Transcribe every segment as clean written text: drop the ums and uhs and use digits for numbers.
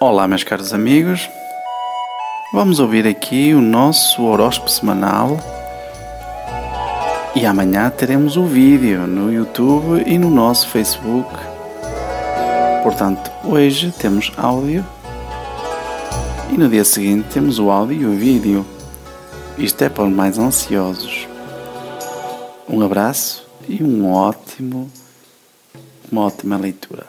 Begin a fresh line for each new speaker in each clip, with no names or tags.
Olá, meus caros amigos, vamos ouvir aqui o nosso horóscopo semanal e amanhã teremos o vídeo no YouTube e no nosso Facebook. Portanto, hoje temos áudio e no dia seguinte temos o áudio e o vídeo. Isto é para os mais ansiosos. Um abraço e uma ótima leitura.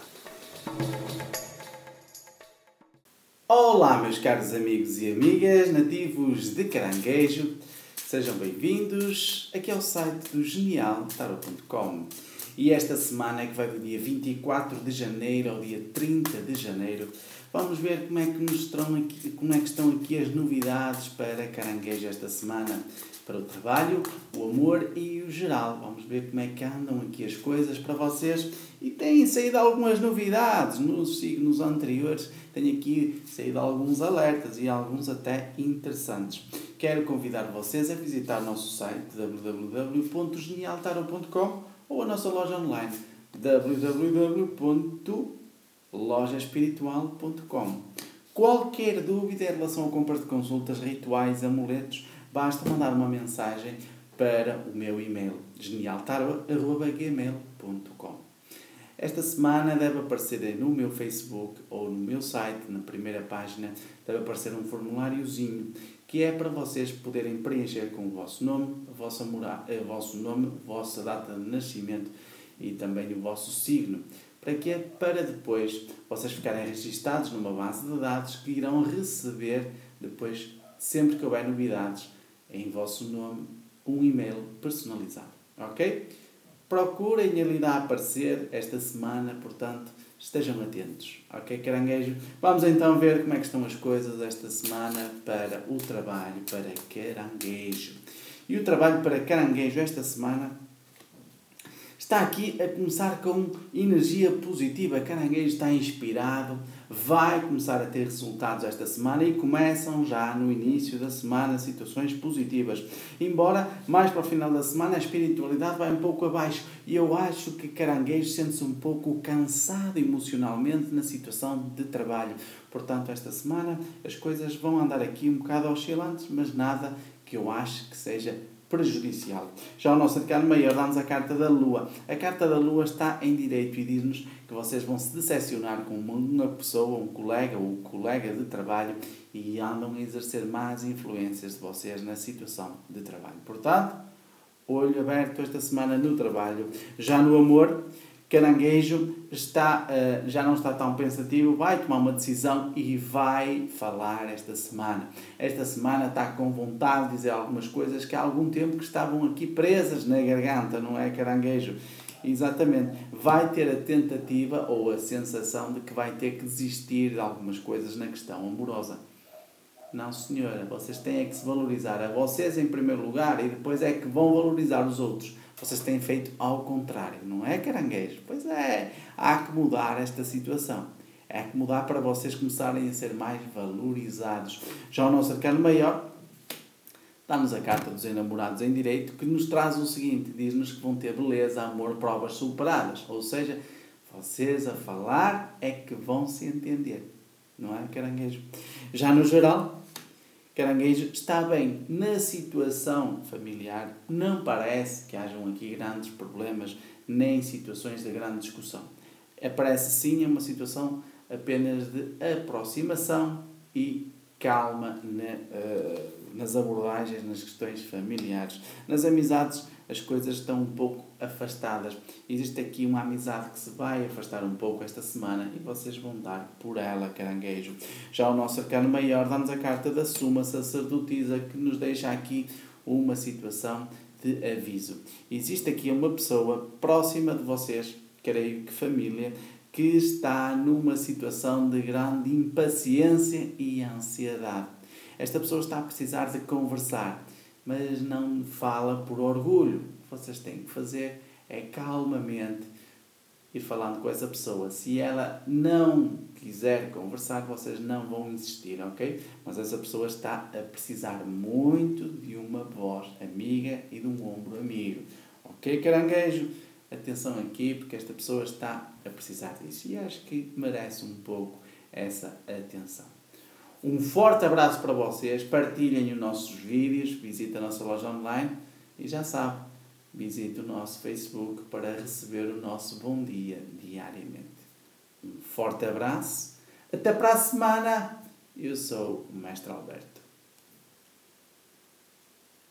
Olá, meus caros amigos e amigas nativos de Caranguejo, sejam bem-vindos aqui ao site do genialtarot.com. E esta semana, que vai do dia 24 de janeiro ao dia 30 de janeiro, vamos ver como é que estão aqui as novidades para Caranguejo esta semana, para o trabalho, o amor e o geral. Vamos ver como é que andam aqui as coisas para vocês. E têm saído algumas novidades nos signos anteriores. Tenho aqui saído alguns alertas e alguns até interessantes. Quero convidar vocês a visitar o nosso site www.genialtarot.com ou a nossa loja online www.lojaespiritual.com. Qualquer dúvida em relação a compras de consultas, rituais, amuletos, basta mandar uma mensagem para o meu e-mail genialtarot@gmail.com. Esta semana deve aparecer no meu Facebook ou no meu site, na primeira página, deve aparecer um formuláriozinho que é para vocês poderem preencher com o vosso nome, a vossa vossa data de nascimento e também o vosso signo. Para quê? Para depois vocês ficarem registados numa base de dados que irão receber depois, sempre que houver novidades em vosso nome, um e-mail personalizado. Ok? Procurem ali a aparecer esta semana, portanto, estejam atentos. Ok, Caranguejo? Vamos então ver como é que estão as coisas esta semana para o trabalho para Caranguejo. E o trabalho para Caranguejo esta semana está aqui a começar com energia positiva. Caranguejo está inspirado, vai começar a ter resultados esta semana e começam já no início da semana situações positivas. Embora mais para o final da semana a espiritualidade vai um pouco abaixo e eu acho que Caranguejo sente-se um pouco cansado emocionalmente na situação de trabalho. Portanto, esta semana as coisas vão andar aqui um bocado oscilantes, mas nada que eu acho que seja prejudicial. Já o nosso arcano maior dá-nos a carta da Lua. A carta da Lua está em direito e diz-nos que vocês vão se decepcionar com uma pessoa, um colega ou colega de trabalho e andam a exercer más influências de vocês na situação de trabalho. Portanto, olho aberto esta semana no trabalho. Já no amor, Caranguejo já não está tão pensativo, vai tomar uma decisão e vai falar esta semana. Esta semana está com vontade de dizer algumas coisas que há algum tempo que estavam aqui presas na garganta, não é, Caranguejo? Exatamente. Vai ter a tentativa ou a sensação de que vai ter que desistir de algumas coisas na questão amorosa. Não, senhora, vocês têm é que se valorizar a vocês em primeiro lugar e depois é que vão valorizar os outros. Vocês têm feito ao contrário, não é, Caranguejo? Pois é, há que mudar esta situação. Há que mudar para vocês começarem a ser mais valorizados. Já o nosso arcano maior dá-nos a carta dos enamorados em direito, que nos traz o seguinte, diz-nos que vão ter beleza, amor, provas superadas. Ou seja, vocês a falar é que vão se entender. Não é, Caranguejo? Já no geral, Caranguejo está bem na situação familiar, não parece que hajam aqui grandes problemas, nem situações de grande discussão. Parece sim uma situação apenas de aproximação e calma nas abordagens, nas questões familiares. Nas amizades as coisas estão um pouco afastadas. Existe aqui uma amizade que se vai afastar um pouco esta semana e vocês vão dar por ela, Caranguejo. Já o nosso arcano maior dá-nos a carta da Suma Sacerdotisa, que nos deixa aqui uma situação de aviso. Existe aqui uma pessoa próxima de vocês, creio que família, que está numa situação de grande impaciência e ansiedade. Esta pessoa está a precisar de conversar, mas não fala por orgulho. O que vocês têm que fazer é calmamente ir falando com essa pessoa. Se ela não quiser conversar, vocês não vão insistir, ok? Mas essa pessoa está a precisar muito de uma voz amiga e de um ombro amigo. Ok, Caranguejo? Atenção aqui, porque esta pessoa está a precisar disso. E acho que merece um pouco essa atenção. Um forte abraço para vocês, partilhem os nossos vídeos, visitem a nossa loja online e já sabe, visite o nosso Facebook para receber o nosso bom dia diariamente. Um forte abraço, até para a semana, eu sou o Mestre Alberto.